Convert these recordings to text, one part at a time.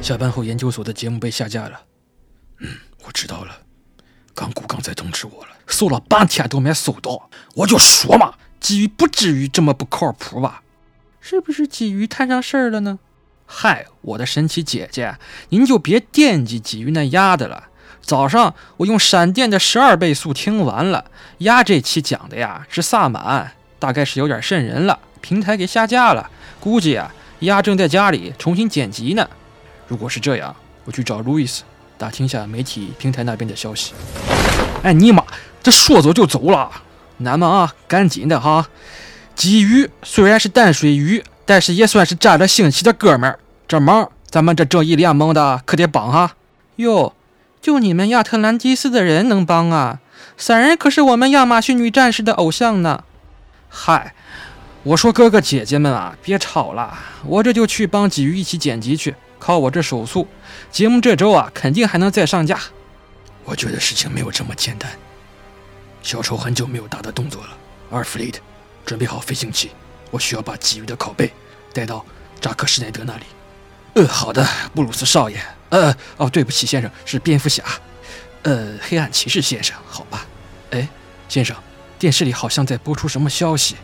下班后研究所的节目被下架了。我知道了，刚谷刚才通知我了，搜了半天都没搜到。我就说嘛，鲫鱼不至于这么不靠谱吧？是不是鲫鱼摊上事儿了呢？嗨，我的神奇姐姐，您就别惦记鲫鱼那鸭的了。早上我用闪电的12倍速听完了，鸭这期讲的呀是萨满，大概是有点瘆人了，平台给下架了。估计啊，鸭正在家里重新剪辑呢。如果是这样，我去找路易斯打听下媒体平台那边的消息。哎，尼玛，这说走就走了，咱们啊，赶紧的哈！鲫鱼虽然是淡水鱼，但是也算是沾了腥气的哥们儿，这忙咱们这正义联盟的可得帮哈！哟，就你们亚特兰蒂斯的人能帮啊？3人可是我们亚马逊女战士的偶像呢。嗨，我说哥哥姐姐们啊，别吵了，我这就去帮鲫鱼一起剪辑去。靠我这手速，节目这周啊肯定还能再上架。我觉得事情没有这么简单。小丑很久没有大的动作了，阿尔弗雷德，准备好飞行器，我需要把鲫鱼的拷贝带到扎克施耐德那里。好的，布鲁斯少爷。对不起先生，是蝙蝠侠。黑暗骑士先生，好吧。哎，先生，电视里好像在播出什么消息。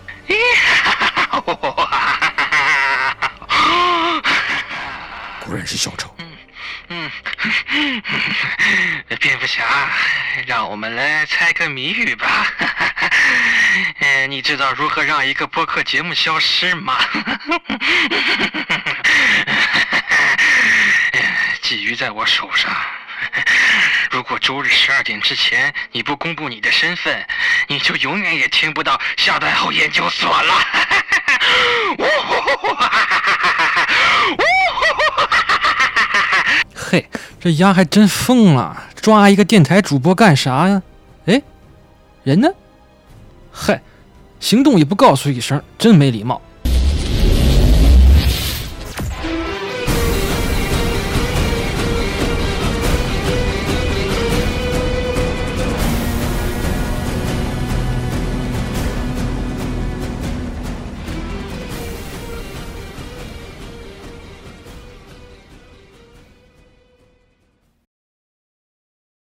果然是小丑。 蝙蝠侠，让我们来猜个谜语吧。你知道如何让一个播客节目消失吗？鲫鱼在我手上。如果周日12点之前你不公布你的身份，你就永远也听不到下班后研究所了。 嘿，这羊还真疯了，抓一个电台主播干啥呀？哎，人呢？嗨，行动也不告诉一声，真没礼貌。